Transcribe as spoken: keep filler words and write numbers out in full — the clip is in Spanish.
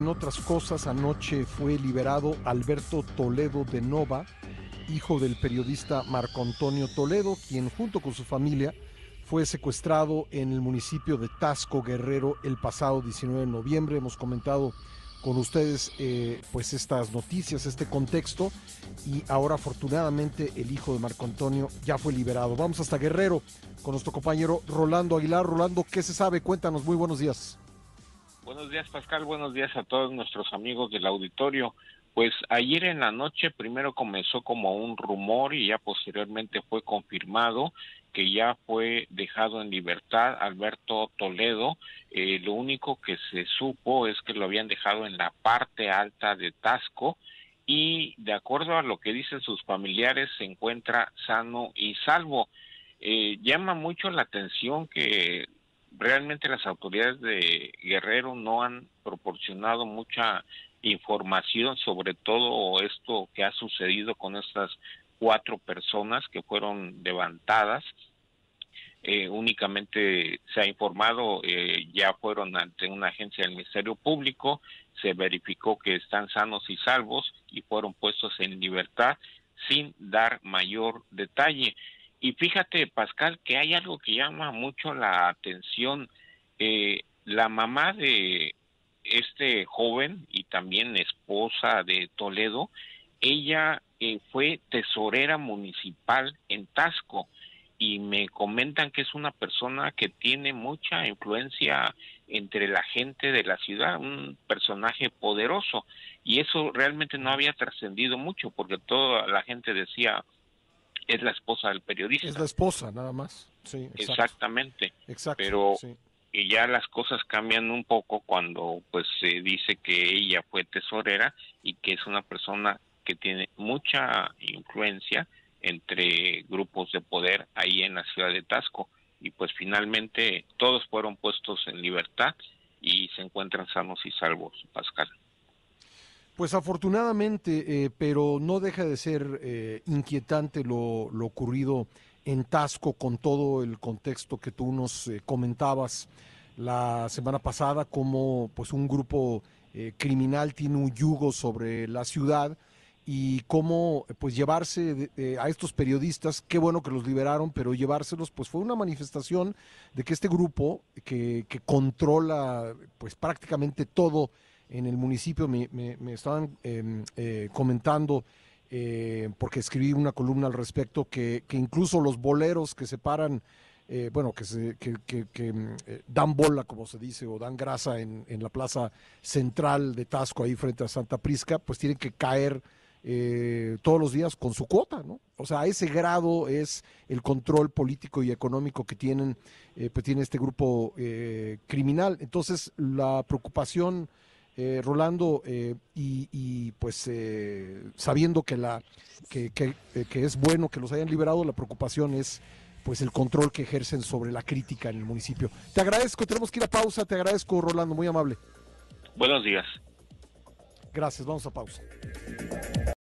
En otras cosas, anoche fue liberado Alberto Toledo de Nova, hijo del periodista Marco Antonio Toledo, quien junto con su familia fue secuestrado en el municipio de Tasco, Guerrero, el pasado diecinueve de noviembre. Hemos comentado con ustedes eh, pues estas noticias, este contexto, y ahora afortunadamente el hijo de Marco Antonio ya fue liberado. Vamos hasta Guerrero con nuestro compañero Rolando Aguilar. Rolando, ¿qué se sabe? Cuéntanos, muy buenos días. Buenos días, Pascal. Buenos días a todos nuestros amigos del auditorio. Pues ayer en la noche primero comenzó como un rumor y ya posteriormente fue confirmado que ya fue dejado en libertad Alberto Toledo. Eh, lo único que se supo es que lo habían dejado en la parte alta de Tasco y, de acuerdo a lo que dicen sus familiares, se encuentra sano y salvo. Eh, llama mucho la atención que realmente las autoridades de Guerrero no han proporcionado mucha información sobre todo esto que ha sucedido con estas cuatro personas que fueron levantadas. Eh, únicamente se ha informado, eh, ya fueron ante una agencia del Ministerio Público, se verificó que están sanos y salvos y fueron puestos en libertad sin dar mayor detalle. Y fíjate, Pascal, que hay algo que llama mucho la atención. Eh, la mamá de este joven y también esposa de Toledo, ella eh, fue tesorera municipal en Tasco y me comentan que es una persona que tiene mucha influencia entre la gente de la ciudad, un personaje poderoso, y eso realmente no había trascendido mucho porque toda la gente decía es la esposa del Es periodista. la esposa, nada más. Sí, exacto. Exactamente, Exacto, pero sí. y ya las cosas cambian un poco cuando pues se dice que ella fue tesorera y que es una persona que tiene mucha influencia entre grupos de poder ahí en la ciudad de Tasco, y pues finalmente todos fueron puestos en libertad y se encuentran sanos y salvos, Pascal. Pues afortunadamente, eh, pero no deja de ser eh, inquietante lo, lo ocurrido en Tasco con todo el contexto que tú nos eh, comentabas la semana pasada, como pues un grupo eh, criminal tiene un yugo sobre la ciudad y cómo pues llevarse de- eh, a estos periodistas, qué bueno que los liberaron, pero llevárselos pues fue una manifestación de que este grupo que, que controla pues prácticamente todo en el municipio, me, me, me estaban eh, eh, comentando, eh, porque escribí una columna al respecto, que, que incluso los boleros que se paran, eh, bueno, que, se, que, que, que mm, eh, dan bola, como se dice, o dan grasa en, en la plaza central de Tasco, ahí frente a Santa Prisca, pues tienen que caer eh, todos los días con su cuota, ¿no? O sea, a ese grado es el control político y económico que tienen, eh, pues tiene este grupo eh, criminal. Entonces, la preocupación eh, Rolando, eh, y, y, pues eh, sabiendo que, la, que, que, eh, que es bueno que los hayan liberado, la preocupación es pues el control que ejercen sobre la crítica en el municipio. Te agradezco, tenemos que ir a pausa, te agradezco Rolando, muy amable. Buenos días. Gracias, vamos a pausa.